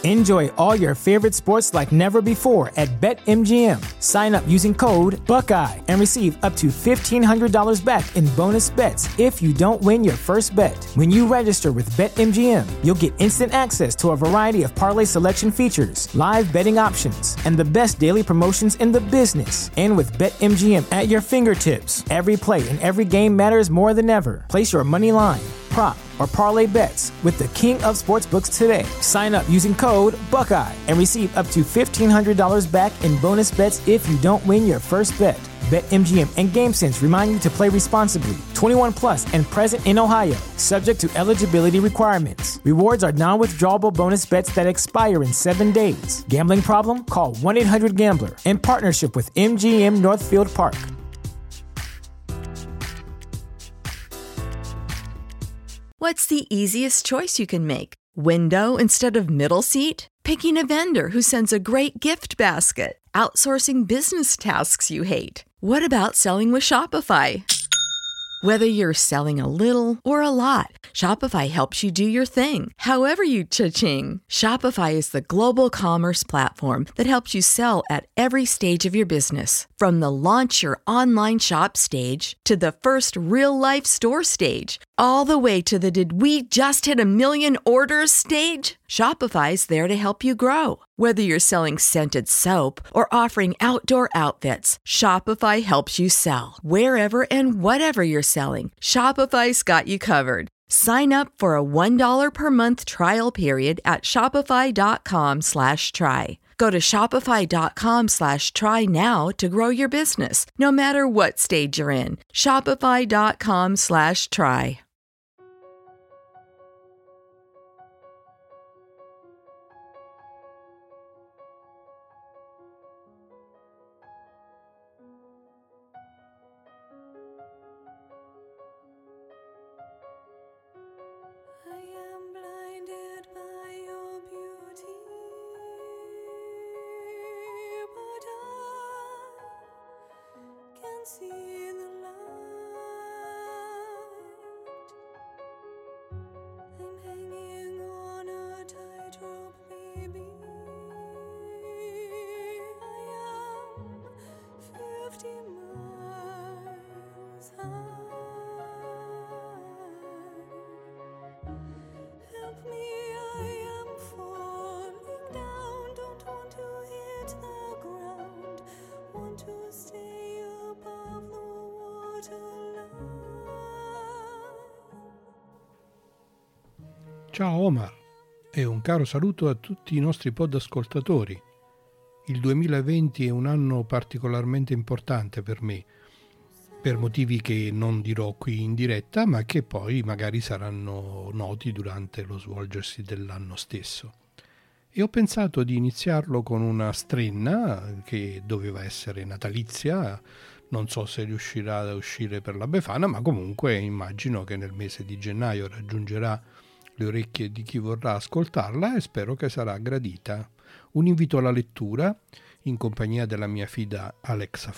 Enjoy all your favorite sports like never before at BetMGM. Sign up using code Buckeye and receive up to $1,500 back in bonus bets if you don't win your first bet. When you register with BetMGM, you'll get instant access to a variety of parlay selection features, live betting options, and the best daily promotions in the business. And with BetMGM at your fingertips, every play and every game matters more than ever. Place your money line, prop, or parlay bets with the king of sportsbooks today. Sign up using code Buckeye and receive up to $1,500 back in bonus bets if you don't win your first bet. BetMGM and GameSense remind you to play responsibly. 21 plus and present in Ohio, subject to eligibility requirements. Rewards are non-withdrawable bonus bets that expire in 7 days. Gambling problem? Call 1-800-GAMBLER. In partnership with MGM Northfield Park. What's the easiest choice you can make? Window instead of middle seat? Picking a vendor who sends a great gift basket? Outsourcing business tasks you hate? What about selling with Shopify? Whether you're selling a little or a lot, Shopify helps you do your thing, however you cha-ching. Shopify is the global commerce platform that helps you sell at every stage of your business. From the launch your online shop stage to the first real-life store stage, all the way to the did we just hit 1 million orders stage? Shopify's there to help you grow. Whether you're selling scented soap or offering outdoor outfits, Shopify helps you sell. Wherever and whatever you're selling, Shopify's got you covered. Sign up for a $1 per month trial period at shopify.com/try. Go to shopify.com/try now to grow your business, no matter what stage you're in. Shopify.com/try. See the light. I'm hanging on a tightrope, baby. I am 50 miles high. Help me, I am falling down. Don't want to hit the ground. Want to stay above the waterline. Ciao Omar e un caro saluto a tutti i nostri podascoltatori. Il 2020 è un anno particolarmente importante per me, per motivi che non dirò qui in diretta, ma che poi magari saranno noti durante lo svolgersi dell'anno stesso. E ho pensato di iniziarlo con una strenna che doveva essere natalizia. Non so se riuscirà ad uscire per la Befana, ma comunque immagino che nel mese di gennaio raggiungerà le orecchie di chi vorrà ascoltarla e spero che sarà gradita. Un invito alla lettura in compagnia della mia fida Alexa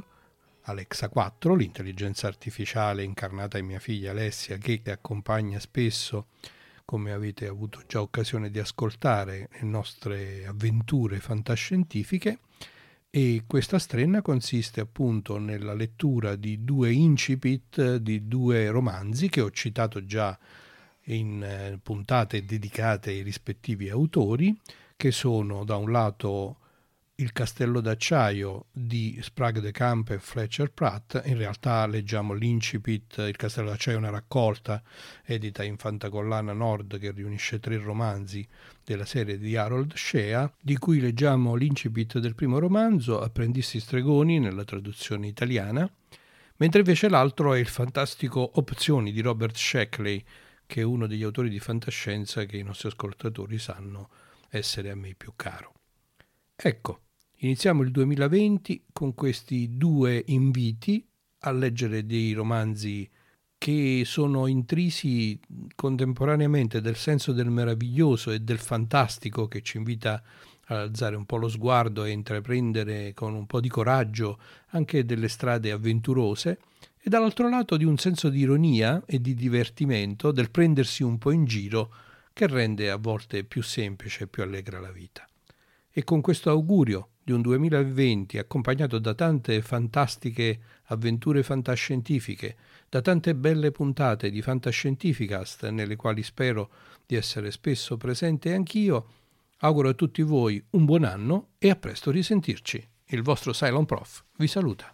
4, l'intelligenza artificiale incarnata in mia figlia Alessia, che accompagna spesso, come avete avuto già occasione di ascoltare, le nostre avventure fantascientifiche. E questa strenna consiste appunto nella lettura di 2 incipit di 2 romanzi che ho citato già in puntate dedicate ai rispettivi autori, che sono da un lato Il castello d'acciaio di Sprague de Camp e Fletcher Pratt. In realtà leggiamo l'incipit. Il castello d'acciaio è una raccolta edita in Fantacollana Nord che riunisce 3 romanzi della serie di Harold Shea, di cui leggiamo l'incipit del primo romanzo, Apprendisti stregoni, nella traduzione italiana, mentre invece l'altro è il fantastico Opzioni di Robert Sheckley, che è uno degli autori di fantascienza che i nostri ascoltatori sanno essere a me più caro. Ecco, iniziamo il 2020 con questi 2 inviti a leggere dei romanzi che sono intrisi contemporaneamente del senso del meraviglioso e del fantastico, che ci invita ad alzare un po' lo sguardo e intraprendere con un po' di coraggio anche delle strade avventurose, e dall'altro lato di un senso di ironia e di divertimento, del prendersi un po' in giro che rende a volte più semplice e più allegra la vita. E con questo augurio di un 2020 accompagnato da tante fantastiche avventure fantascientifiche, da tante belle puntate di Fantascientificast nelle quali spero di essere spesso presente anch'io, auguro a tutti voi un buon anno e a presto risentirci. Il vostro Cylon Prof vi saluta.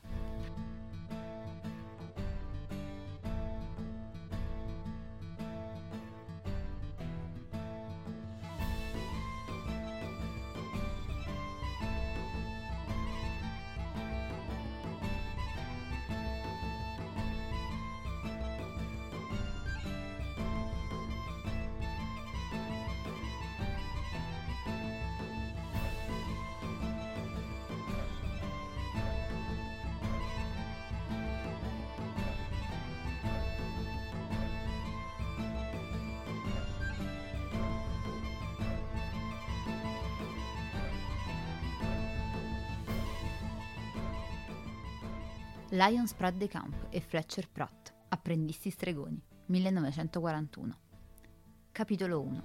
Lion Pratt de Camp e Fletcher Pratt, apprendisti stregoni, 1941. Capitolo 1.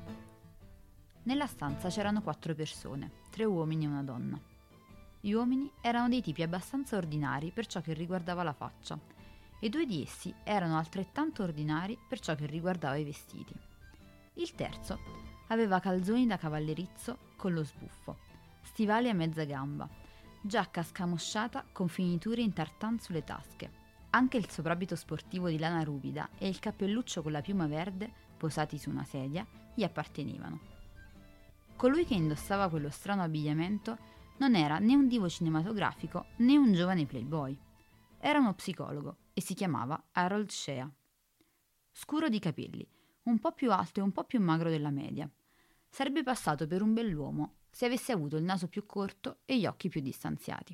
Nella stanza c'erano 4 persone, 3 uomini e una donna. Gli uomini erano dei tipi abbastanza ordinari per ciò che riguardava la faccia, e 2 di essi erano altrettanto ordinari per ciò che riguardava i vestiti. Il terzo aveva calzoni da cavallerizzo con lo sbuffo, stivali a mezza gamba, giacca scamosciata con finiture in tartan sulle tasche. Anche il soprabito sportivo di lana ruvida e il cappelluccio con la piuma verde, posati su una sedia, gli appartenevano. Colui che indossava quello strano abbigliamento non era né un divo cinematografico né un giovane playboy. Era uno psicologo e si chiamava Harold Shea. Scuro di capelli, un po' più alto e un po' più magro della media. Sarebbe passato per un bell'uomo se avesse avuto il naso più corto e gli occhi più distanziati.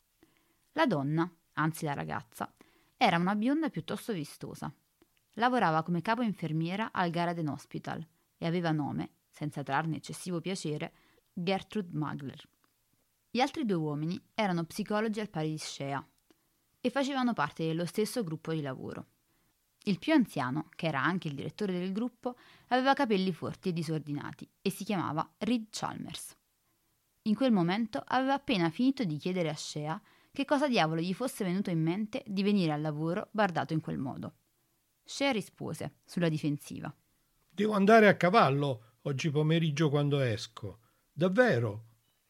La donna, anzi la ragazza, era una bionda piuttosto vistosa. Lavorava come capo infermiera al Garaden Hospital e aveva nome, senza trarne eccessivo piacere, Gertrude Magler. Gli altri 2 uomini erano psicologi al pari di Shea e facevano parte dello stesso gruppo di lavoro. Il più anziano, che era anche il direttore del gruppo, aveva capelli forti e disordinati e si chiamava Reed Chalmers. In quel momento aveva appena finito di chiedere a Shea che cosa diavolo gli fosse venuto in mente di venire al lavoro bardato in quel modo. Shea rispose, sulla difensiva: Devo andare a cavallo oggi pomeriggio quando esco. Davvero?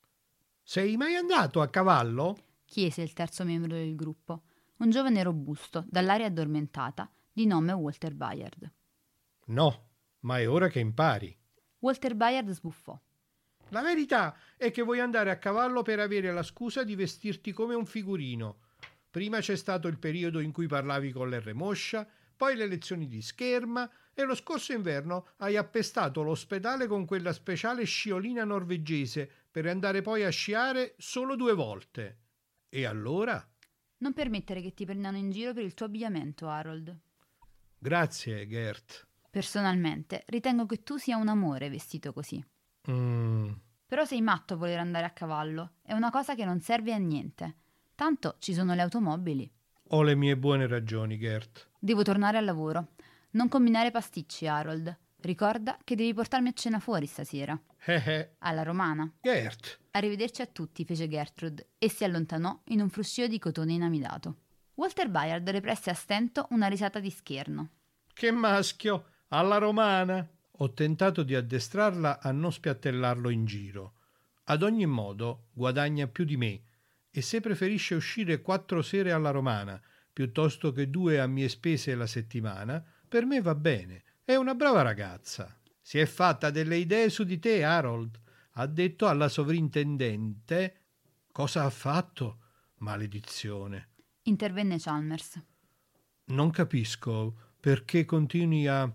Sei mai andato a cavallo? Chiese il terzo membro del gruppo, un giovane robusto, dall'aria addormentata, di nome Walter Bayard. No, ma è ora che impari. Walter Bayard sbuffò. La verità è che vuoi andare a cavallo per avere la scusa di vestirti come un figurino. Prima c'è stato il periodo in cui parlavi con l'R Moscia, poi le lezioni di scherma e lo scorso inverno hai appestato l'ospedale con quella speciale sciolina norvegese per andare poi a sciare solo 2 volte. E allora? Non permettere che ti prendano in giro per il tuo abbigliamento, Harold. Grazie, Gert. Personalmente ritengo che tu sia un amore vestito così. Però sei matto a voler andare a cavallo. È una cosa che non serve a niente. Tanto ci sono le automobili. Ho le mie buone ragioni, Gert. Devo tornare al lavoro. Non combinare pasticci, Harold. Ricorda che devi portarmi a cena fuori stasera. Alla romana. Gert. Arrivederci a tutti, fece Gertrude e si allontanò in un fruscio di cotone inamidato. Walter Bayard represse a stento una risata di scherno. Che maschio! Alla romana! Ho tentato di addestrarla a non spiattellarlo in giro. Ad ogni modo guadagna più di me e se preferisce uscire 4 sere alla romana piuttosto che 2 a mie spese la settimana, per me va bene. È una brava ragazza. Si è fatta delle idee su di te, Harold. Ha detto alla sovrintendente... Cosa ha fatto? Maledizione. Intervenne Chalmers. Non capisco perché continui a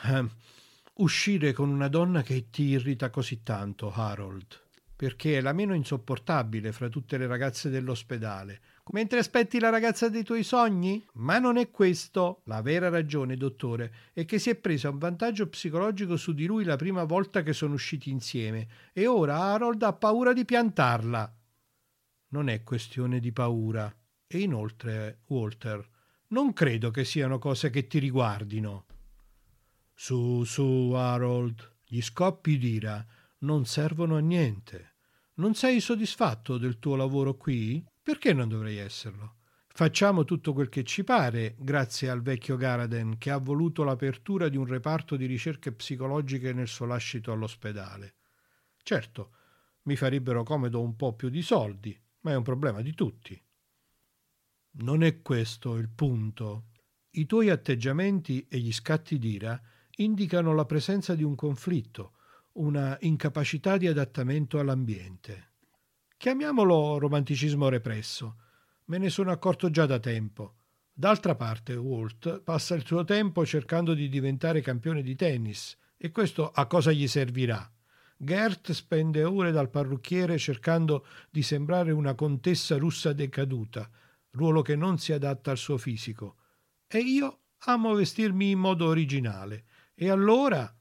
uscire con una donna che ti irrita così tanto, Harold. Perché è la meno insopportabile fra tutte le ragazze dell'ospedale. Mentre aspetti la ragazza dei tuoi sogni? Ma non è questo. La vera ragione, dottore, è che si è presa un vantaggio psicologico su di lui la prima volta che sono usciti insieme e ora Harold ha paura di piantarla. Non è questione di paura. E inoltre, Walter, non credo che siano cose che ti riguardino. Su, Harold, Gli scoppi d'ira non servono a niente. Non sei soddisfatto del tuo lavoro qui? Perché non dovrei esserlo? Facciamo tutto quel che ci pare, grazie al vecchio Garaden, che ha voluto l'apertura di un reparto di ricerche psicologiche nel suo lascito all'ospedale. Certo, mi farebbero comodo un po' più di soldi, ma è un problema di tutti. Non è questo il punto. I tuoi atteggiamenti e gli scatti d'ira indicano la presenza di un conflitto, una incapacità di adattamento all'ambiente. Chiamiamolo romanticismo represso. Me ne sono accorto già da tempo. D'altra parte, Walt passa il suo tempo cercando di diventare campione di tennis, e questo a cosa gli servirà? Gert spende ore dal parrucchiere cercando di sembrare una contessa russa decaduta, ruolo che non si adatta al suo fisico. E io amo vestirmi in modo originale. E allora?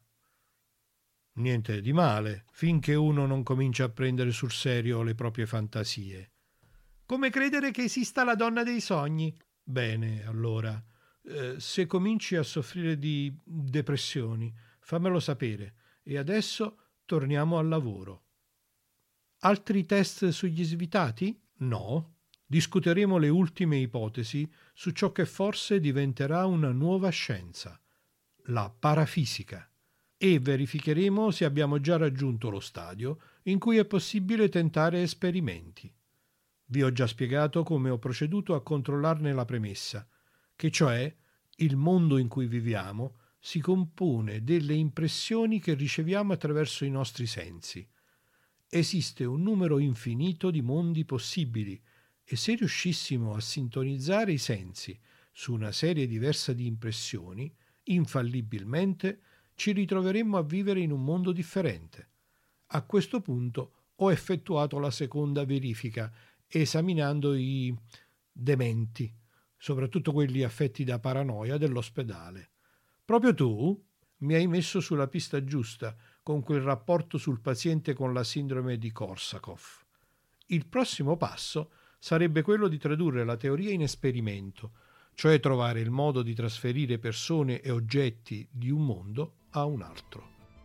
Niente di male, finché uno non comincia a prendere sul serio le proprie fantasie. Come credere che esista la donna dei sogni? Bene, allora, se cominci a soffrire di depressioni, fammelo sapere. E adesso torniamo al lavoro. Altri test sugli svitati? No. Discuteremo le ultime ipotesi su ciò che forse diventerà una nuova scienza, la parafisica, e verificheremo se abbiamo già raggiunto lo stadio in cui è possibile tentare esperimenti. Vi ho già spiegato come ho proceduto a controllarne la premessa, che cioè il mondo in cui viviamo si compone delle impressioni che riceviamo attraverso i nostri sensi. Esiste un numero infinito di mondi possibili e se riuscissimo a sintonizzare i sensi su una serie diversa di impressioni, infallibilmente ci ritroveremmo a vivere in un mondo differente. A questo punto ho effettuato la seconda verifica esaminando i dementi, soprattutto quelli affetti da paranoia dell'ospedale. Proprio tu mi hai messo sulla pista giusta con quel rapporto sul paziente con la sindrome di Korsakoff. Il prossimo passo sarebbe quello di tradurre la teoria in esperimento, cioè trovare il modo di trasferire persone e oggetti di un mondo a un altro.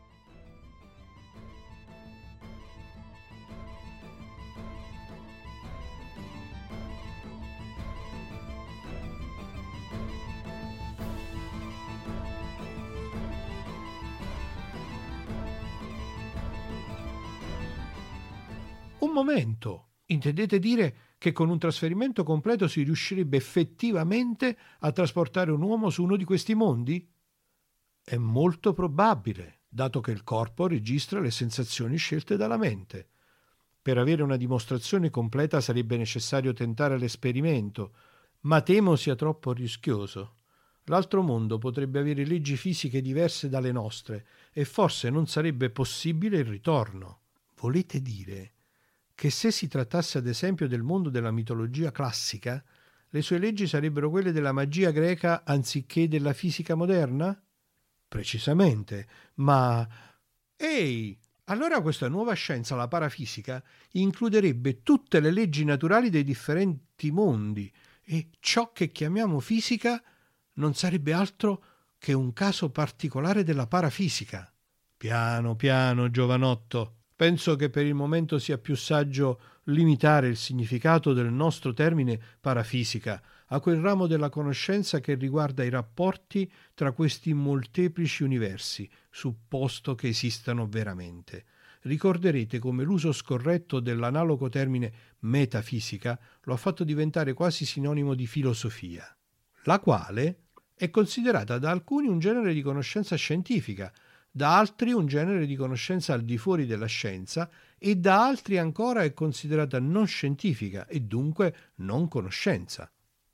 Un momento! Intendete dire che con un trasferimento completo si riuscirebbe effettivamente a trasportare un uomo su uno di questi mondi? È molto probabile, dato che il corpo registra le sensazioni scelte dalla mente. Per avere una dimostrazione completa sarebbe necessario tentare l'esperimento, ma temo sia troppo rischioso. L'altro mondo potrebbe avere leggi fisiche diverse dalle nostre e forse non sarebbe possibile il ritorno. Volete dire che se si trattasse ad esempio del mondo della mitologia classica, le sue leggi sarebbero quelle della magia greca anziché della fisica moderna? Precisamente, ma... Ehi! Allora questa nuova scienza, la parafisica, includerebbe tutte le leggi naturali dei differenti mondi e ciò che chiamiamo fisica non sarebbe altro che un caso particolare della parafisica. Piano, piano, giovanotto. Penso che per il momento sia più saggio limitare il significato del nostro termine parafisica a quel ramo della conoscenza che riguarda i rapporti tra questi molteplici universi, supposto che esistano veramente. Ricorderete come l'uso scorretto dell'analogo termine metafisica lo ha fatto diventare quasi sinonimo di filosofia, la quale è considerata da alcuni un genere di conoscenza scientifica, da altri un genere di conoscenza al di fuori della scienza e da altri ancora è considerata non scientifica e dunque non conoscenza.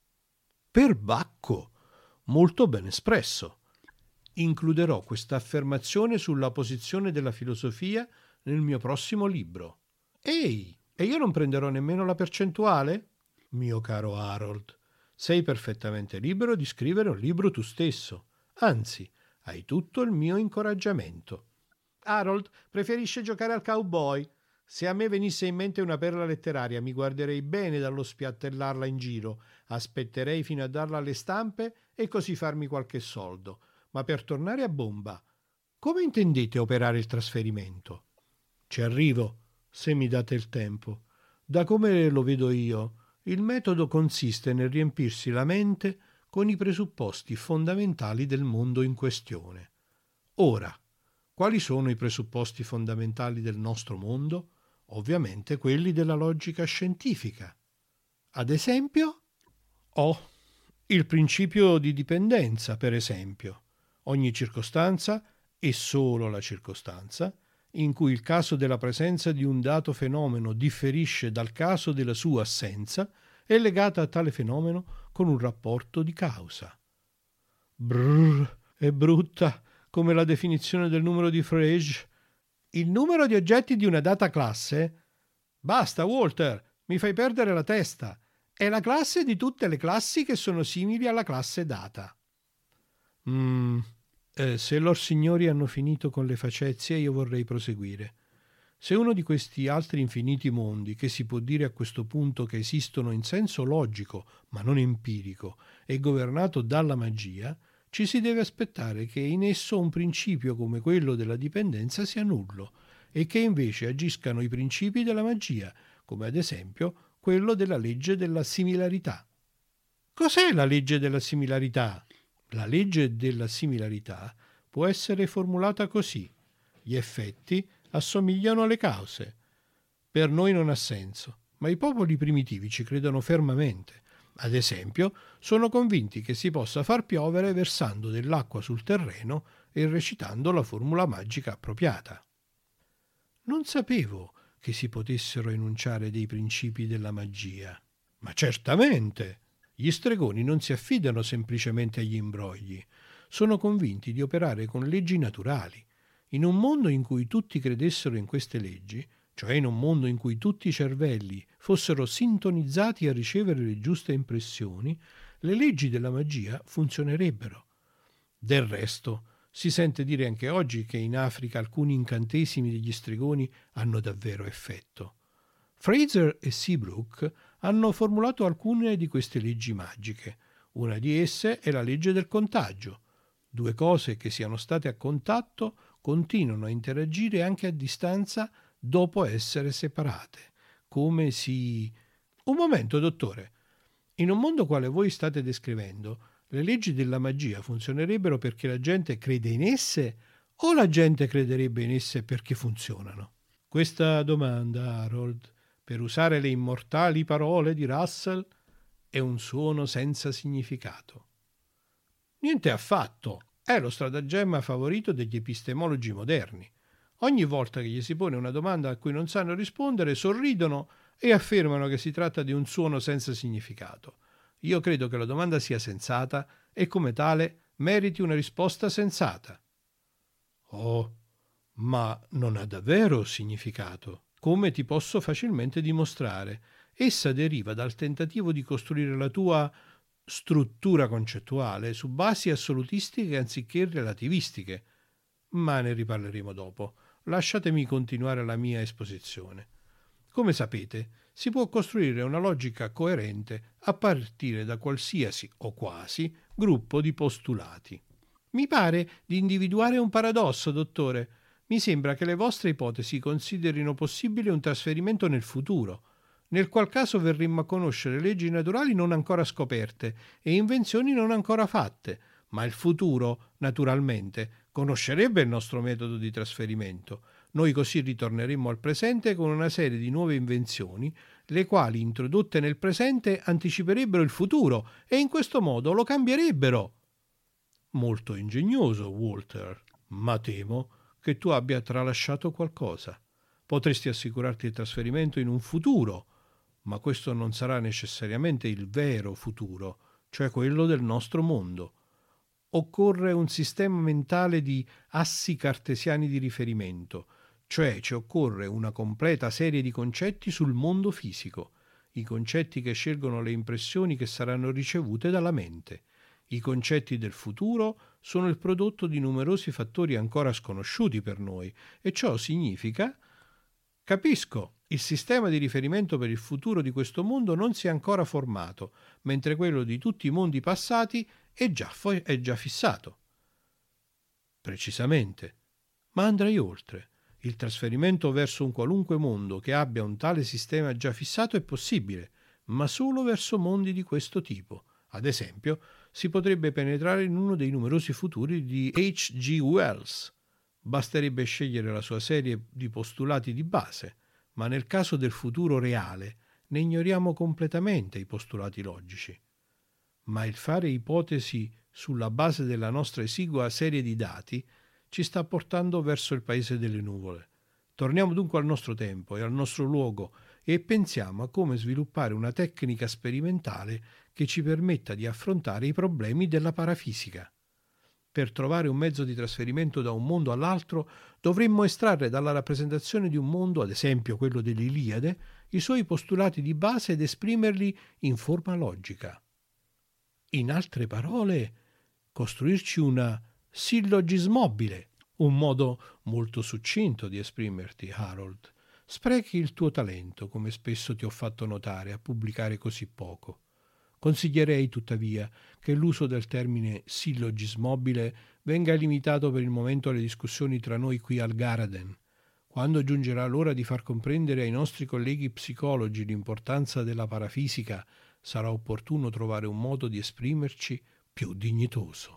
Perbacco! Molto ben espresso. Includerò questa affermazione sulla posizione della filosofia nel mio prossimo libro. Ehi, e io non prenderò nemmeno la percentuale? Mio caro Harold, sei perfettamente libero di scrivere un libro tu stesso. Anzi, hai tutto il mio incoraggiamento. Harold preferisce giocare al cowboy. Se a me venisse in mente una perla letteraria, mi guarderei bene dallo spiattellarla in giro, aspetterei fino a darla alle stampe e così farmi qualche soldo. Ma per tornare a bomba, Come intendete operare il trasferimento? Ci arrivo, se mi date il tempo. Da come lo vedo io, il metodo consiste nel riempirsi la mente con i presupposti fondamentali del mondo in questione. Ora, quali sono i presupposti fondamentali del nostro mondo? Ovviamente quelli della logica scientifica. Ad esempio? Il principio di dipendenza, per esempio. Ogni circostanza, e solo la circostanza, in cui il caso della presenza di un dato fenomeno differisce dal caso della sua assenza, è legata a tale fenomeno con un rapporto di causa. Brrr, è brutta come la definizione del numero di Frege. Il numero di oggetti di una data classe? Basta, Walter, mi fai perdere la testa. È la classe di tutte le classi che sono simili alla classe data. Se lor signori hanno finito con le facezie, io vorrei proseguire. Se uno di questi altri infiniti mondi, che si può dire a questo punto che esistono in senso logico, ma non empirico, è governato dalla magia, ci si deve aspettare che in esso un principio come quello della dipendenza sia nullo e che invece agiscano i principi della magia, come ad esempio quello della legge della similarità. Cos'è la legge della similarità? La legge della similarità può essere formulata così: gli effetti assomigliano alle cause. Per noi non ha senso, ma i popoli primitivi ci credono fermamente. Ad esempio, sono convinti che si possa far piovere versando dell'acqua sul terreno e recitando la formula magica appropriata. Non sapevo che si potessero enunciare dei principi della magia. Ma certamente! Gli stregoni non si affidano semplicemente agli imbrogli. Sono convinti di operare con leggi naturali. In un mondo in cui tutti credessero in queste leggi, cioè in un mondo in cui tutti i cervelli fossero sintonizzati a ricevere le giuste impressioni, le leggi della magia funzionerebbero. Del resto, si sente dire anche oggi che in Africa alcuni incantesimi degli stregoni hanno davvero effetto. Fraser e Seabrook hanno formulato alcune di queste leggi magiche. Una di esse è la legge del contagio. Due cose che siano state a contatto continuano a interagire anche a distanza dopo essere separate. Come si... Un momento, dottore. In un mondo quale voi state descrivendo, le leggi della magia funzionerebbero perché la gente crede in esse o la gente crederebbe in esse perché funzionano? Questa domanda, Harold, per usare le immortali parole di Russell, è un suono senza significato. Niente affatto. È lo stratagemma favorito degli epistemologi moderni. Ogni volta che gli si pone una domanda a cui non sanno rispondere, sorridono e affermano che si tratta di un suono senza significato. Io credo che la domanda sia sensata e come tale meriti una risposta sensata. Oh, ma non ha davvero significato. Come ti posso facilmente dimostrare? Essa deriva dal tentativo di costruire la tua struttura concettuale su basi assolutistiche anziché relativistiche. Ma ne riparleremo dopo. Lasciatemi continuare la mia esposizione. Come sapete, si può costruire una logica coerente a partire da qualsiasi o quasi gruppo di postulati. Mi pare di individuare un paradosso, dottore. Mi sembra che le vostre ipotesi considerino possibile un trasferimento nel futuro, nel qual caso verremmo a conoscere leggi naturali non ancora scoperte e invenzioni non ancora fatte, ma il futuro, naturalmente, conoscerebbe il nostro metodo di trasferimento. Noi così ritorneremmo al presente con una serie di nuove invenzioni, le quali, introdotte nel presente, anticiperebbero il futuro e in questo modo lo cambierebbero. Molto ingegnoso, Walter, ma temo che tu abbia tralasciato qualcosa. Potresti assicurarti il trasferimento in un futuro, ma questo non sarà necessariamente il vero futuro, cioè quello del nostro mondo. Occorre un sistema mentale di assi cartesiani di riferimento, cioè ci occorre una completa serie di concetti sul mondo fisico, i concetti che scelgono le impressioni che saranno ricevute dalla mente. I concetti del futuro sono il prodotto di numerosi fattori ancora sconosciuti per noi, e ciò significa... Capisco, il sistema di riferimento per il futuro di questo mondo non si è ancora formato, mentre quello di tutti i mondi passati è già fissato. Precisamente, Ma andrei oltre. Il trasferimento verso un qualunque mondo che abbia un tale sistema già fissato è possibile, ma solo verso mondi di questo tipo. Ad esempio, si potrebbe penetrare in uno dei numerosi futuri di H.G. Wells. Basterebbe scegliere la sua serie di postulati di base, ma nel caso del futuro reale ne ignoriamo completamente i postulati logici. Ma il fare ipotesi sulla base della nostra esigua serie di dati ci sta portando verso il paese delle nuvole. Torniamo dunque al nostro tempo e al nostro luogo e pensiamo a come sviluppare una tecnica sperimentale che ci permetta di affrontare i problemi della parafisica. Per trovare un mezzo di trasferimento da un mondo all'altro dovremmo estrarre dalla rappresentazione di un mondo, ad esempio quello dell'Iliade, i suoi postulati di base ed esprimerli in forma logica. In altre parole, costruirci una sillogismobile, un modo molto succinto di esprimerti, Harold. Sprechi il tuo talento, come spesso ti ho fatto notare, a pubblicare così poco. Consiglierei, tuttavia, che l'uso del termine sillogismobile venga limitato per il momento alle discussioni tra noi qui al Garaden. Quando giungerà l'ora di far comprendere ai nostri colleghi psicologi l'importanza della parafisica, sarà opportuno trovare un modo di esprimerci più dignitoso.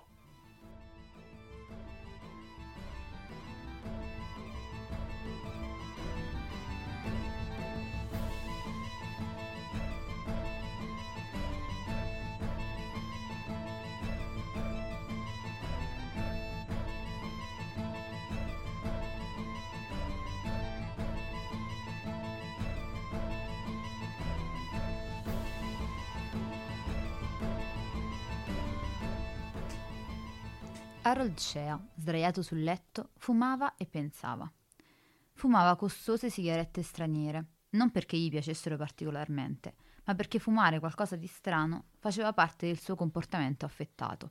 Harold Shea, sdraiato sul letto, fumava e pensava. Fumava costose sigarette straniere, non perché gli piacessero particolarmente, ma perché fumare qualcosa di strano faceva parte del suo comportamento affettato.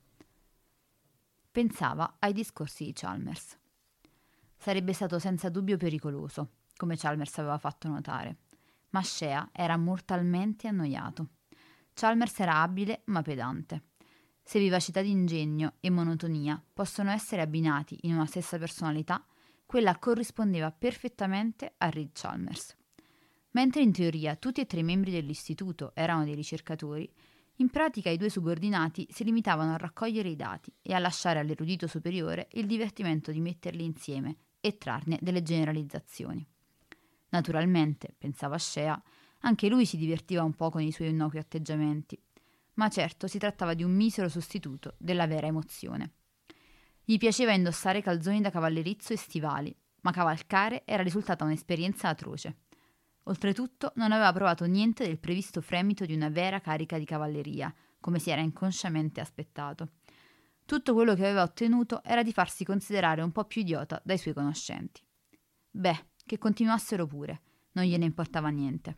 Pensava ai discorsi di Chalmers. Sarebbe stato senza dubbio pericoloso, come Chalmers aveva fatto notare, ma Shea era mortalmente annoiato. Chalmers era abile ma pedante. Se vivacità d'ingegno e monotonia possono essere abbinati in una stessa personalità, quella corrispondeva perfettamente a Reed Chalmers. Mentre in teoria tutti e tre i membri dell'istituto erano dei ricercatori, in pratica i due subordinati si limitavano a raccogliere i dati e a lasciare all'erudito superiore il divertimento di metterli insieme e trarne delle generalizzazioni. Naturalmente, pensava Shea, anche lui si divertiva un po' con i suoi innocui atteggiamenti, ma certo si trattava di un misero sostituto della vera emozione. Gli piaceva indossare calzoni da cavallerizzo e stivali, ma cavalcare era risultata un'esperienza atroce. Oltretutto non aveva provato niente del previsto fremito di una vera carica di cavalleria, come si era inconsciamente aspettato. Tutto quello che aveva ottenuto era di farsi considerare un po' più idiota dai suoi conoscenti. Beh, che continuassero pure, non gliene importava niente.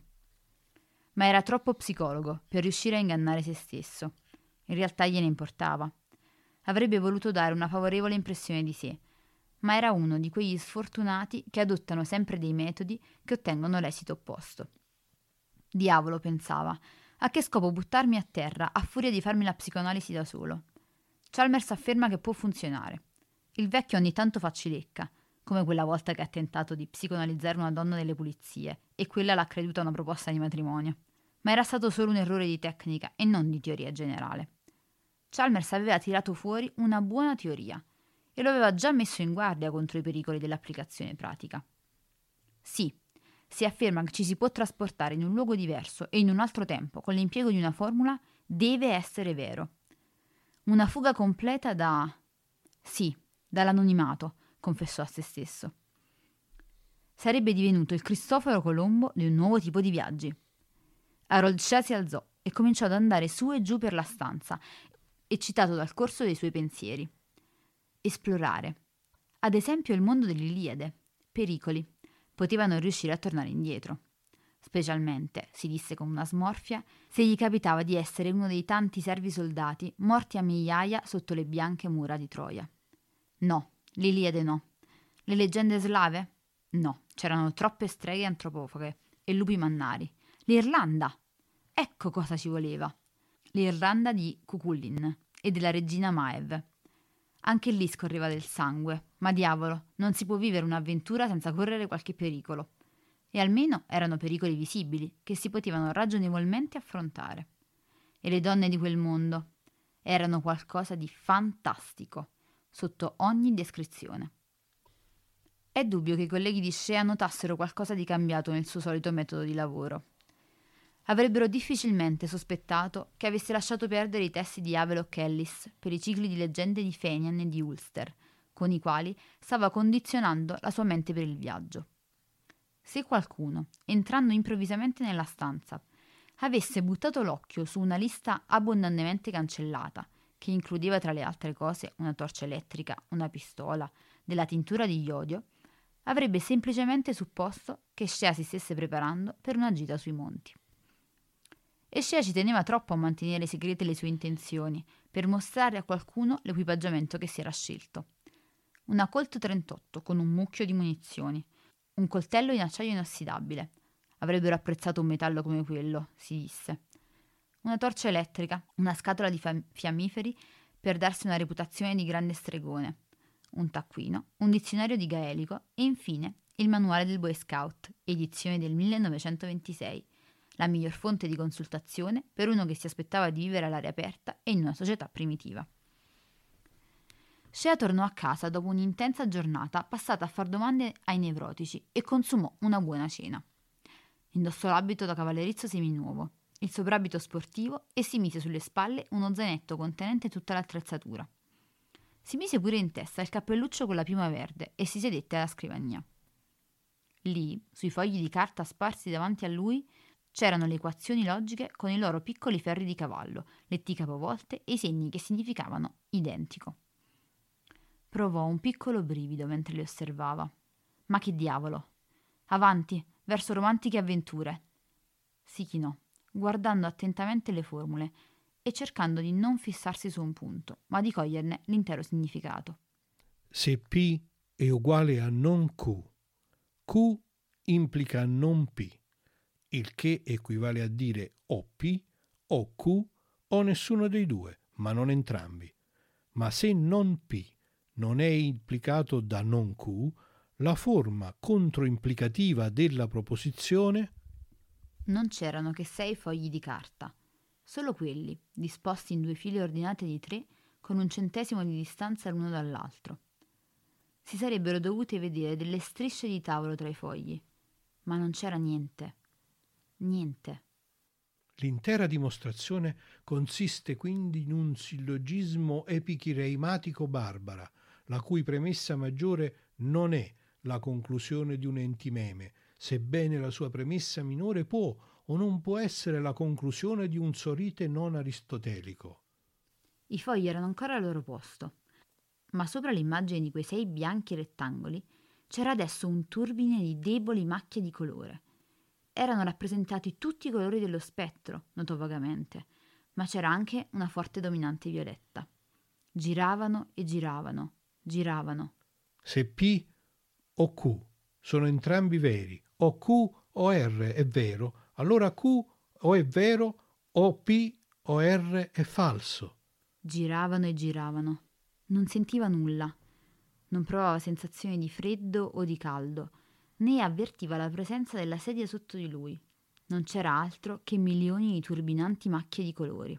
Ma era troppo psicologo per riuscire a ingannare se stesso. In realtà gliene importava. Avrebbe voluto dare una favorevole impressione di sé, ma era uno di quegli sfortunati che adottano sempre dei metodi che ottengono l'esito opposto. Diavolo, pensava, a che scopo buttarmi a terra a furia di farmi la psicoanalisi da solo? Chalmers afferma che può funzionare. Il vecchio ogni tanto fa cilecca, come quella volta che ha tentato di psicoanalizzare una donna delle pulizie e quella l'ha creduta una proposta di matrimonio. Ma era stato solo un errore di tecnica e non di teoria generale. Chalmers aveva tirato fuori una buona teoria e lo aveva già messo in guardia contro i pericoli dell'applicazione pratica. Sì, si afferma che ci si può trasportare in un luogo diverso e in un altro tempo con l'impiego di una formula, deve essere vero. Una fuga completa dall'anonimato, confessò a se stesso. Sarebbe divenuto il Cristoforo Colombo di un nuovo tipo di viaggi. Harold Shea si alzò e cominciò ad andare su e giù per la stanza, eccitato dal corso dei suoi pensieri. Esplorare. Ad esempio il mondo dell'Iliade. Pericoli. Poteva non riuscire a tornare indietro. Specialmente, si disse con una smorfia, se gli capitava di essere uno dei tanti servi soldati morti a migliaia sotto le bianche mura di Troia. No, l'Iliade no. Le leggende slave? No, c'erano troppe streghe antropofaghe e lupi mannari. L'Irlanda! Ecco cosa ci voleva. L'Irlanda di Cucullin e della regina Maeve. Anche lì scorreva del sangue, ma diavolo, non si può vivere un'avventura senza correre qualche pericolo. E almeno erano pericoli visibili, che si potevano ragionevolmente affrontare. E le donne di quel mondo erano qualcosa di fantastico, sotto ogni descrizione. È dubbio che i colleghi di Shea notassero qualcosa di cambiato nel suo solito metodo di lavoro. Avrebbero difficilmente sospettato che avesse lasciato perdere i testi di Havelock Ellis per i cicli di leggende di Fenian e di Ulster, con i quali stava condizionando la sua mente per il viaggio. Se qualcuno, entrando improvvisamente nella stanza, avesse buttato l'occhio su una lista abbondantemente cancellata, che includeva tra le altre cose una torcia elettrica, una pistola, della tintura di iodio, avrebbe semplicemente supposto che Shea si stesse preparando per una gita sui monti. E Shea ci teneva troppo a mantenere segrete le sue intenzioni per mostrare a qualcuno l'equipaggiamento che si era scelto. Una Colt 38 con un mucchio di munizioni, un coltello in acciaio inossidabile. Avrebbero apprezzato un metallo come quello, si disse. Una torcia elettrica, una scatola di fiammiferi per darsi una reputazione di grande stregone, un taccuino, un dizionario di gaelico e infine il manuale del Boy Scout, edizione del 1926, la miglior fonte di consultazione per uno che si aspettava di vivere all'aria aperta e in una società primitiva. Shea tornò a casa dopo un'intensa giornata passata a far domande ai nevrotici e consumò una buona cena. Indossò l'abito da cavallerizzo seminuovo, il soprabito sportivo e si mise sulle spalle uno zainetto contenente tutta l'attrezzatura. Si mise pure in testa il cappelluccio con la piuma verde e si sedette alla scrivania. Lì, sui fogli di carta sparsi davanti a lui, c'erano le equazioni logiche con i loro piccoli ferri di cavallo, le T capovolte e i segni che significavano identico. Provò un piccolo brivido mentre le osservava. Ma che diavolo! Avanti, verso romantiche avventure! Si chinò, guardando attentamente le formule e cercando di non fissarsi su un punto, ma di coglierne l'intero significato. Se P è uguale a non Q, Q implica non P, il che equivale a dire o P o Q o nessuno dei due, ma non entrambi. Ma se non P non è implicato da non Q, la forma controimplicativa della proposizione... Non c'erano che 6 fogli di carta, solo quelli, disposti in 2 file ordinate di 3, con un centesimo di distanza l'uno dall'altro. Si sarebbero dovute vedere delle strisce di tavolo tra i fogli, ma non c'era niente. Niente. L'intera dimostrazione consiste quindi in un sillogismo epichireimatico barbara, la cui premessa maggiore non è la conclusione di un entimeme, sebbene la sua premessa minore può o non può essere la conclusione di un sorite non aristotelico. I fogli erano ancora al loro posto, ma sopra l'immagine di quei 6 bianchi rettangoli c'era adesso un turbine di deboli macchie di colore. Erano rappresentati tutti i colori dello spettro, notò vagamente, ma c'era anche una forte dominante violetta. Giravano e giravano, giravano. Se P o Q sono entrambi veri, o Q o R è vero, allora Q o è vero o P o R è falso. Giravano e giravano. Non sentiva nulla. Non provava sensazioni di freddo o di caldo, né avvertiva la presenza della sedia sotto di lui. Non c'era altro che milioni di turbinanti macchie di colori.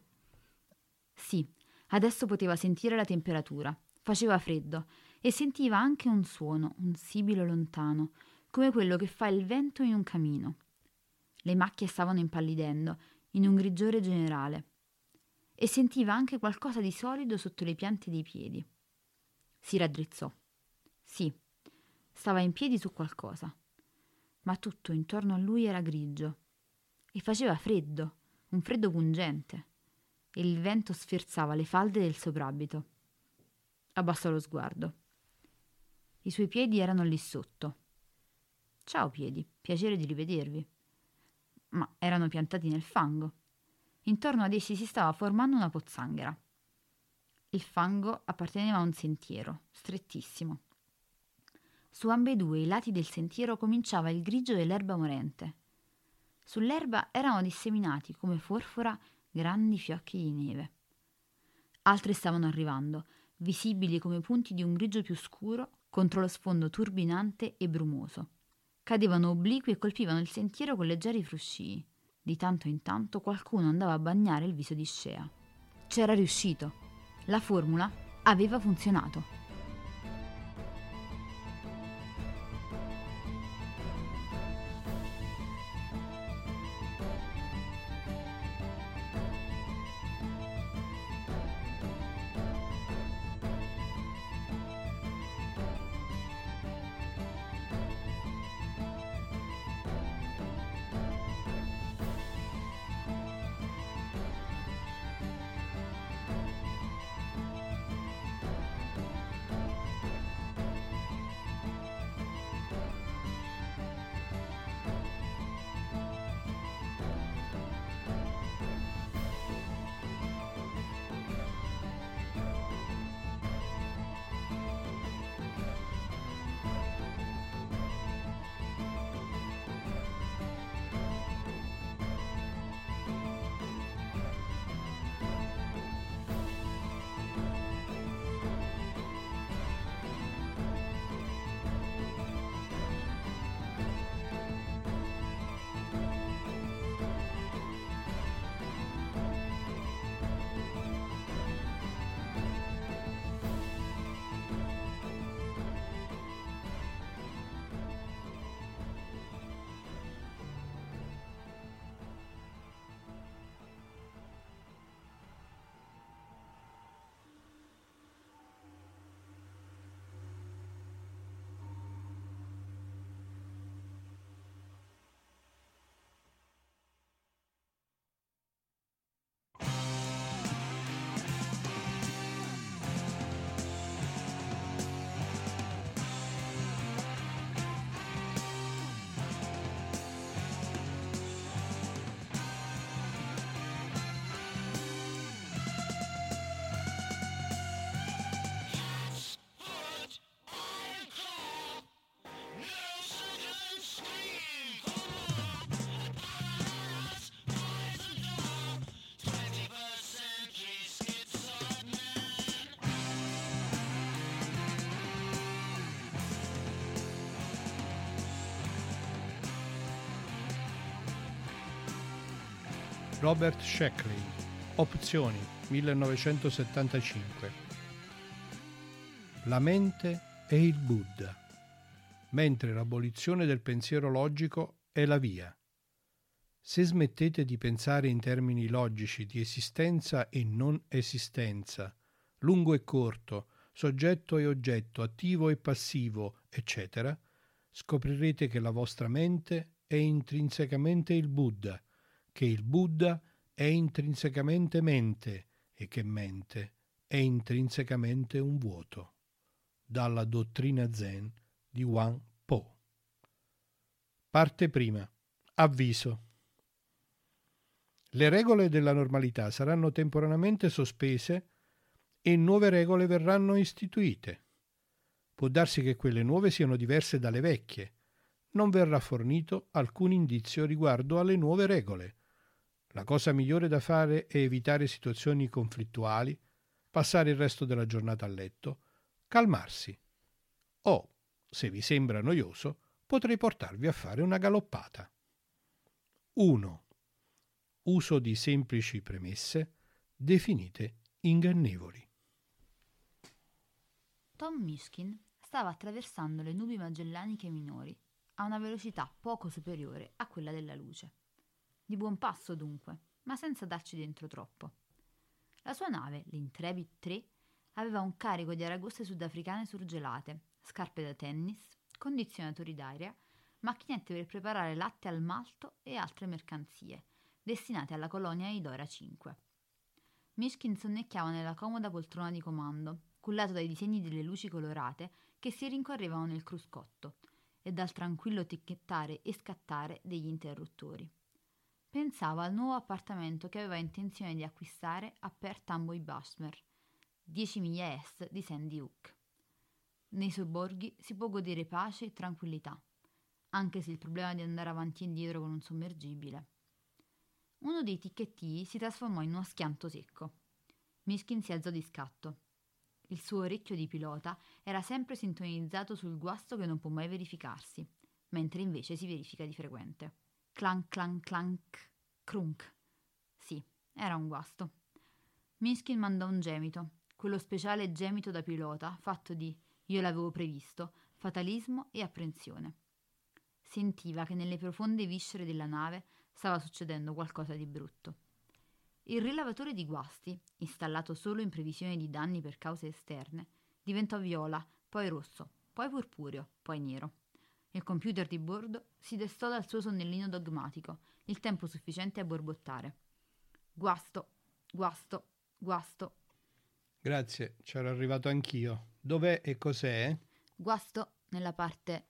Sì, adesso poteva sentire la temperatura. Faceva freddo e sentiva anche un suono, un sibilo lontano, come quello che fa il vento in un camino. Le macchie stavano impallidendo, in un grigiore generale, e sentiva anche qualcosa di solido sotto le piante dei piedi. Si raddrizzò. Sì, stava in piedi su qualcosa, ma tutto intorno a lui era grigio e faceva freddo, un freddo pungente, e il vento sferzava le falde del soprabito. Abbassò lo sguardo. I suoi piedi erano lì sotto. Ciao piedi, piacere di rivedervi. Ma erano piantati nel fango. Intorno ad essi si stava formando una pozzanghera. Il fango apparteneva a un sentiero, strettissimo. Su ambedue i lati del sentiero cominciava il grigio dell'erba morente. Sull'erba erano disseminati, come forfora, grandi fiocchi di neve. Altri stavano arrivando, visibili come punti di un grigio più scuro contro lo sfondo turbinante e brumoso. Cadevano obliqui e colpivano il sentiero con leggeri fruscii. Di tanto in tanto qualcuno andava a bagnare il viso di Shea. C'era riuscito. La formula aveva funzionato. Robert Sheckley, Opzioni, 1975. La mente è il Buddha, mentre l'abolizione del pensiero logico è la via. Se smettete di pensare in termini logici di esistenza e non esistenza, lungo e corto, soggetto e oggetto, attivo e passivo, eccetera, scoprirete che la vostra mente è intrinsecamente il Buddha, che il Buddha è intrinsecamente mente e che mente è intrinsecamente un vuoto. Dalla dottrina Zen di Wang Po. Parte prima. Avviso. Le regole della normalità saranno temporaneamente sospese e nuove regole verranno istituite. Può darsi che quelle nuove siano diverse dalle vecchie. Non verrà fornito alcun indizio riguardo alle nuove regole. La cosa migliore da fare è evitare situazioni conflittuali, passare il resto della giornata a letto, calmarsi. O, se vi sembra noioso, potrei portarvi a fare una galoppata. 1. Uso di semplici premesse definite ingannevoli. Tom Mishkin stava attraversando le nubi magellaniche minori a una velocità poco superiore a quella della luce. Di buon passo dunque, ma senza darci dentro troppo. La sua nave, l'Intrepid 3, aveva un carico di aragoste sudafricane surgelate, scarpe da tennis, condizionatori d'aria, macchinette per preparare latte al malto e altre mercanzie, destinate alla colonia Idora 5. Mishkin sonnecchiava nella comoda poltrona di comando, cullato dai disegni delle luci colorate che si rincorrevano nel cruscotto, e dal tranquillo ticchettare e scattare degli interruttori. Pensava al nuovo appartamento che aveva intenzione di acquistare a Perth Amboy Bashmer, 10 miglia a est di Sandy Hook. Nei sobborghi si può godere pace e tranquillità, anche se il problema di andare avanti e indietro con un sommergibile. Uno dei ticchetti si trasformò in uno schianto secco. Mishkin si alzò di scatto. Il suo orecchio di pilota era sempre sintonizzato sul guasto che non può mai verificarsi, mentre invece si verifica di frequente. Clank, clank, clank, crunk. Sì, era un guasto. Minskin mandò un gemito, quello speciale gemito da pilota, fatto di io l'avevo previsto, fatalismo e apprensione. Sentiva che nelle profonde viscere della nave stava succedendo qualcosa di brutto. Il rilevatore di guasti, installato solo in previsione di danni per cause esterne, diventò viola, poi rosso, poi purpureo, poi nero. Il computer di bordo si destò dal suo sonnellino dogmatico, il tempo sufficiente a borbottare. Guasto, guasto, guasto. Grazie, c'ero arrivato anch'io. Dov'è e cos'è? Guasto nella parte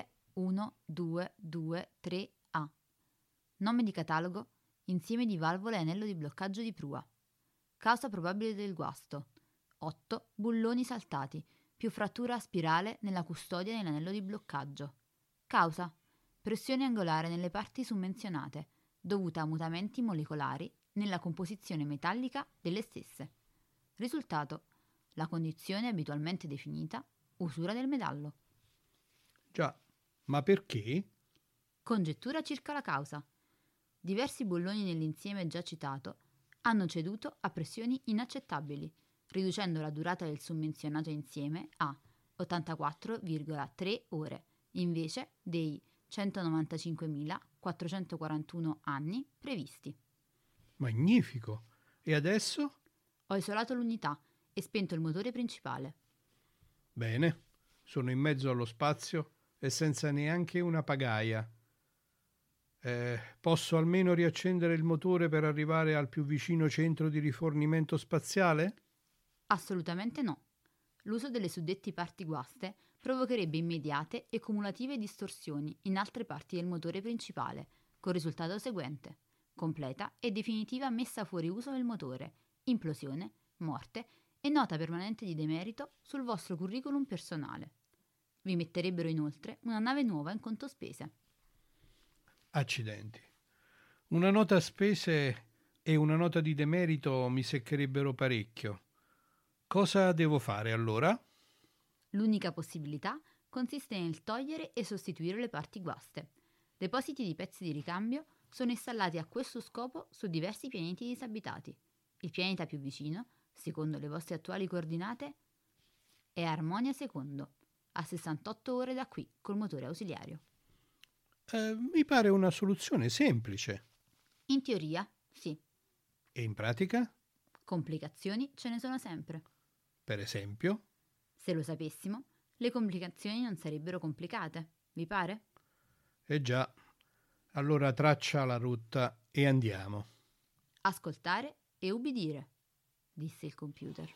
L1223A. Nome di catalogo: insieme di valvole e anello di bloccaggio di prua. Causa probabile del guasto: 8 bulloni saltati, più frattura a spirale nella custodia nell'anello di bloccaggio. Causa: pressione angolare nelle parti summenzionate, dovuta a mutamenti molecolari nella composizione metallica delle stesse. Risultato: la condizione abitualmente definita usura del metallo. Già, ma perché? Congettura circa la causa. Diversi bulloni nell'insieme già citato hanno ceduto a pressioni inaccettabili, riducendo la durata del summenzionato insieme a 84,3 ore, invece dei 195.441 anni previsti. Magnifico! E adesso? Ho isolato l'unità e spento il motore principale. Bene, sono in mezzo allo spazio e senza neanche una pagaia. Posso almeno riaccendere il motore per arrivare al più vicino centro di rifornimento spaziale? Assolutamente no. L'uso delle suddette parti guaste provocherebbe immediate e cumulative distorsioni in altre parti del motore principale, col risultato seguente: completa e definitiva messa fuori uso del motore, implosione, morte e nota permanente di demerito sul vostro curriculum personale. Vi metterebbero inoltre una nave nuova in conto spese. Accidenti. Una nota a spese e una nota di demerito mi seccherebbero parecchio. Cosa devo fare allora? L'unica possibilità consiste nel togliere e sostituire le parti guaste. Depositi di pezzi di ricambio sono installati a questo scopo su diversi pianeti disabitati. Il pianeta più vicino, secondo le vostre attuali coordinate, è Harmonia II, a 68 ore da qui col motore ausiliario. Mi pare una soluzione semplice. In teoria, sì. E in pratica? Complicazioni ce ne sono sempre. Per esempio? Se lo sapessimo, le complicazioni non sarebbero complicate, vi pare? Eh già. Allora traccia la rotta e andiamo. Ascoltare e ubbidire, disse il computer.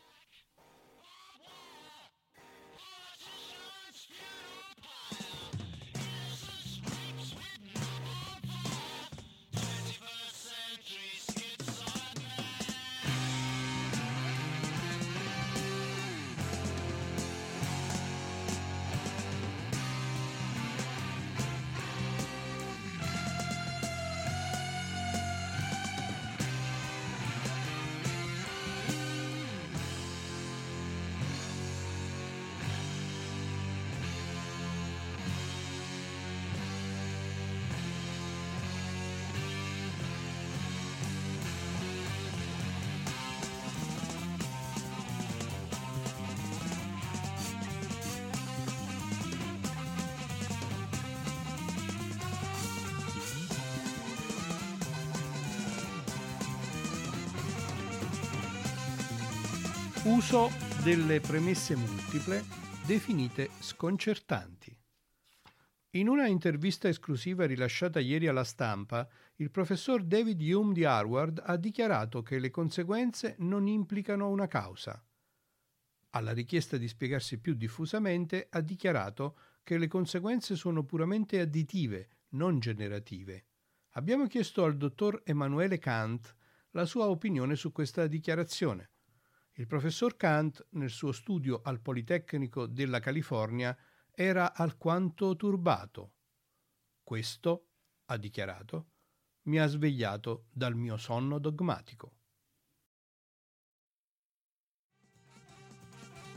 Uso delle premesse multiple definite sconcertanti. In una intervista esclusiva rilasciata ieri alla Stampa, il professor David Hume di Harvard ha dichiarato che le conseguenze non implicano una causa. Alla richiesta di spiegarsi più diffusamente, ha dichiarato che le conseguenze sono puramente additive, non generative. Abbiamo chiesto al dottor Emanuele Kant la sua opinione su questa dichiarazione. Il professor Kant, nel suo studio al Politecnico della California, era alquanto turbato. Questo, ha dichiarato, mi ha svegliato dal mio sonno dogmatico.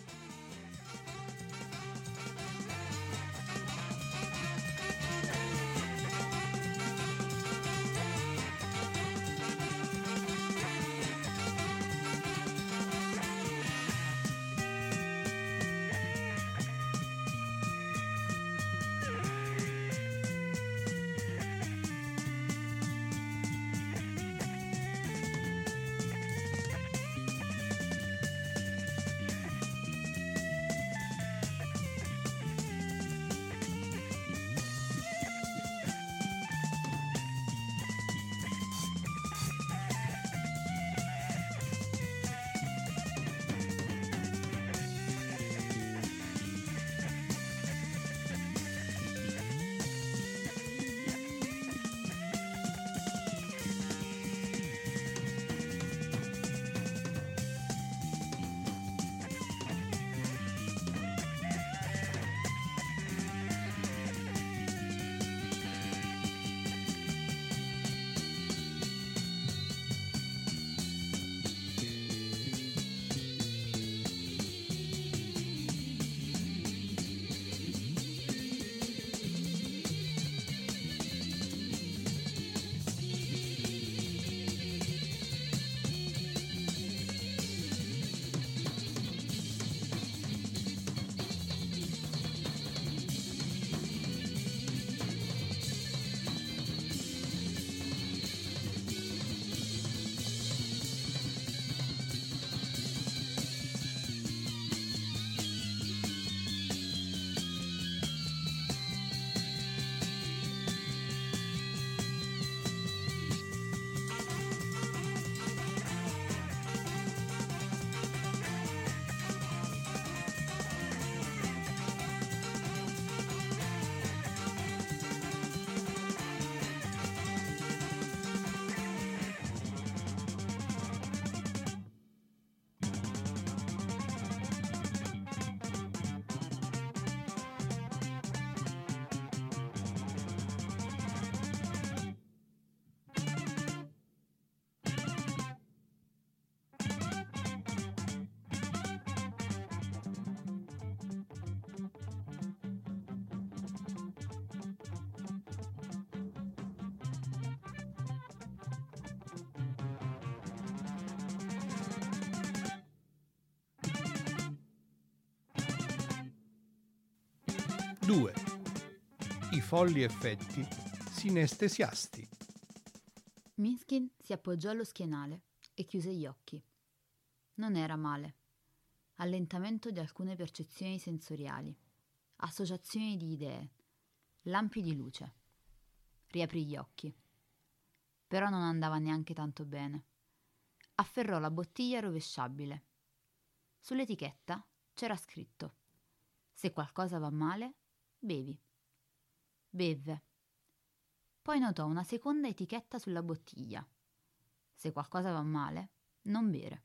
2. I folli effetti sinestesiasti. Miskin si appoggiò allo schienale e chiuse gli occhi. Non era male. Allentamento di alcune percezioni sensoriali, associazioni di idee, lampi di luce. Riaprì gli occhi. Però non andava neanche tanto bene. Afferrò la bottiglia rovesciabile. Sull'etichetta c'era scritto: se qualcosa va male, bevi. Bevve. Poi notò una seconda etichetta sulla bottiglia: se qualcosa va male, non bere.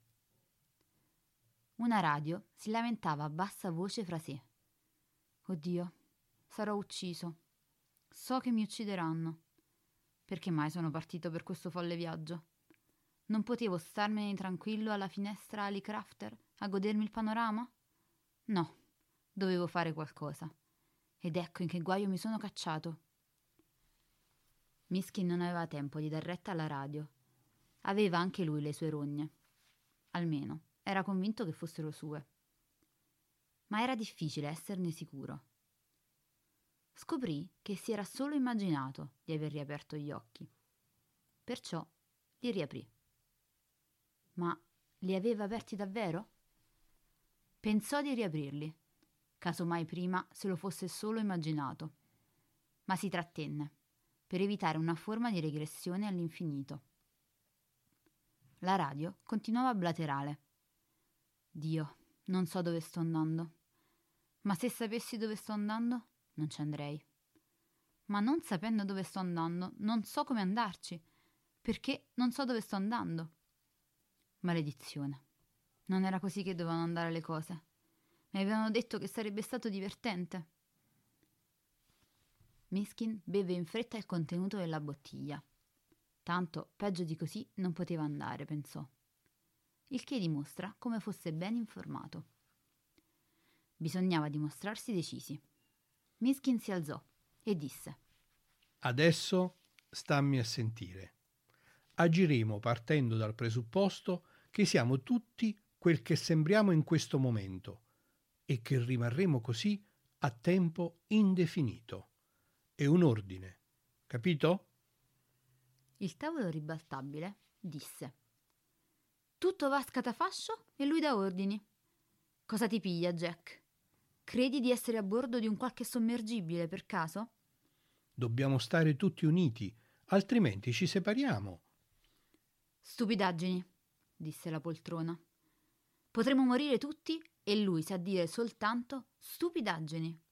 Una radio si lamentava a bassa voce fra sé: oddio, sarò ucciso. So che mi uccideranno. Perché mai sono partito per questo folle viaggio? Non potevo starmene tranquillo alla finestra Ali Crafter a godermi il panorama? No, dovevo fare qualcosa. Ed ecco in che guaio mi sono cacciato. Miskin non aveva tempo di dar retta alla radio. Aveva anche lui le sue rogne. Almeno, era convinto che fossero sue. Ma era difficile esserne sicuro. Scoprì che si era solo immaginato di aver riaperto gli occhi. Perciò li riaprì. Ma li aveva aperti davvero? Pensò di riaprirli, casomai prima se lo fosse solo immaginato, ma si trattenne, per evitare una forma di regressione all'infinito. La radio continuava a blaterare. Dio, non so dove sto andando. Ma se sapessi dove sto andando, non ci andrei. Ma non sapendo dove sto andando, non so come andarci, perché non so dove sto andando. Maledizione. Non era così che dovevano andare le cose. Mi avevano detto che sarebbe stato divertente. Miskin beve in fretta il contenuto della bottiglia. Tanto, peggio di così, non poteva andare, pensò. Il che dimostra come fosse ben informato. Bisognava dimostrarsi decisi. Miskin si alzò e disse: Adesso stammi a sentire. Agiremo partendo dal presupposto che siamo tutti quel che sembriamo in questo momento e che rimarremo così a tempo indefinito. È un ordine, capito? Il tavolo ribaltabile disse: tutto va a scatafascio e lui dà ordini. Cosa ti piglia, Jack? Credi di essere a bordo di un qualche sommergibile, per caso? Dobbiamo stare tutti uniti, altrimenti ci separiamo. Stupidaggini, disse la poltrona. Potremmo morire tutti e lui sa dire soltanto stupidaggini.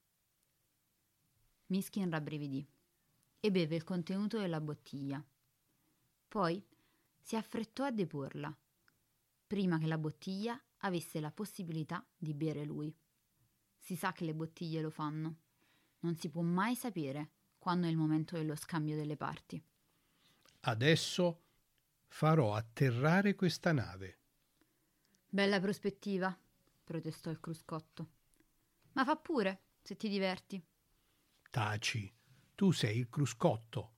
Miskin rabbrividì e beve il contenuto della bottiglia. Poi si affrettò a deporla, prima che la bottiglia avesse la possibilità di bere lui. Si sa che le bottiglie lo fanno. Non si può mai sapere quando è il momento dello scambio delle parti. Adesso farò atterrare questa nave. Bella prospettiva, protestò il cruscotto. Ma fa pure, se ti diverti. Taci, tu sei il cruscotto.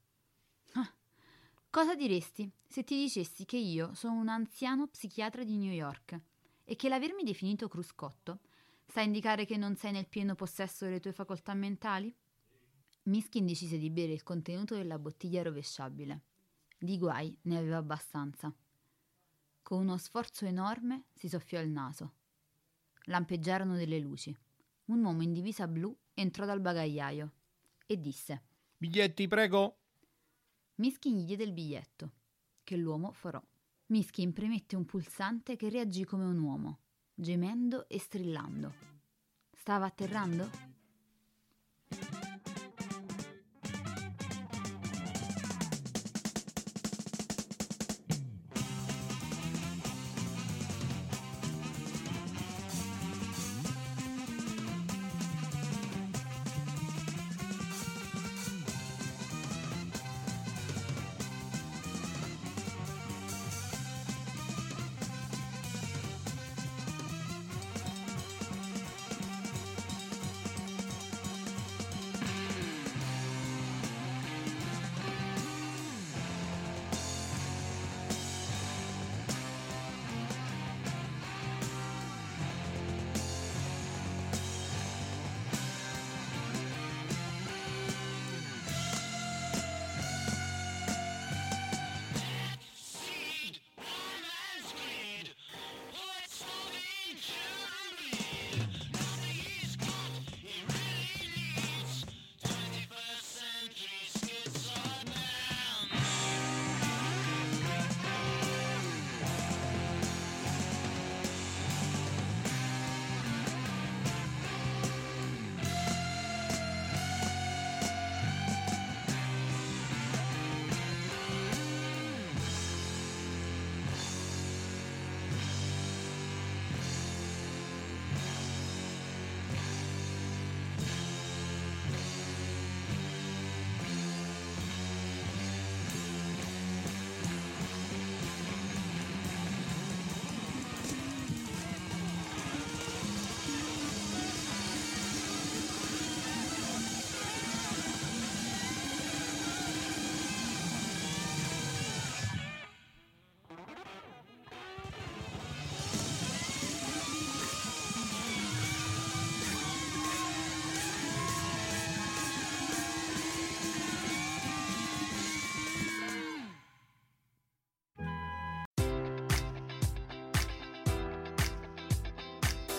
Cosa diresti se ti dicessi che io sono un anziano psichiatra di New York e che l'avermi definito cruscotto sta a indicare che non sei nel pieno possesso delle tue facoltà mentali? Miskin decise di bere il contenuto della bottiglia rovesciabile. Di guai ne aveva abbastanza. Con uno sforzo enorme si soffiò il naso. Lampeggiarono delle luci. Un uomo in divisa blu entrò dal bagagliaio e disse: Biglietti, prego. Miskin gli diede il biglietto, che l'uomo forò. Miskin premette un pulsante che reagì come un uomo, gemendo e strillando. Stava atterrando?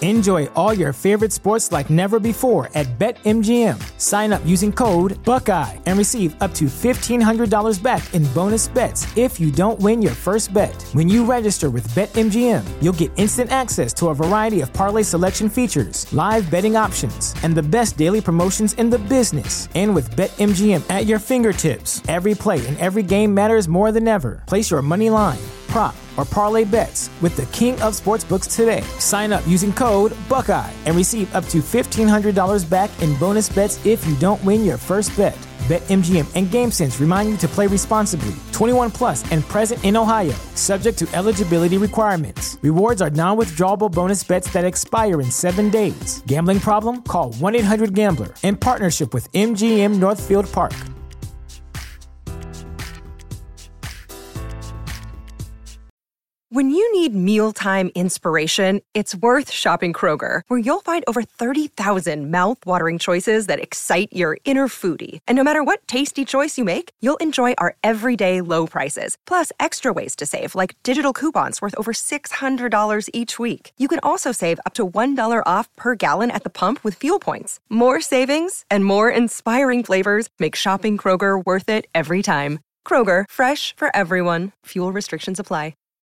Enjoy all your favorite sports like never before at BetMGM. Sign up using code Buckeye and receive up to $1,500 back in bonus bets if you don't win your first bet. When you register with BetMGM, you'll get instant access to a variety of parlay selection features, live betting options, and the best daily promotions in the business. And with BetMGM at your fingertips, every play and every game matters more than ever. Place your money line, prop, or parlay bets with the king of sportsbooks today. Sign up using code Buckeye and receive up to $1,500 back in bonus bets if you don't win your first bet. BetMGM and GameSense remind you to play responsibly. 21 plus and present in Ohio, subject to eligibility requirements. Rewards are non-withdrawable bonus bets that expire in 7 days. Gambling problem? Call 1-800-GAMBLER. In partnership with MGM Northfield Park. When you need mealtime inspiration, it's worth shopping Kroger, where you'll find over 30,000 mouth-watering choices that excite your inner foodie. And no matter what tasty choice you make, you'll enjoy our everyday low prices, plus extra ways to save, like digital coupons worth over $600 each week. You can also save up to $1 off per gallon at the pump with fuel points. More savings and more inspiring flavors make shopping Kroger worth it every time. Kroger, fresh for everyone. Fuel restrictions apply.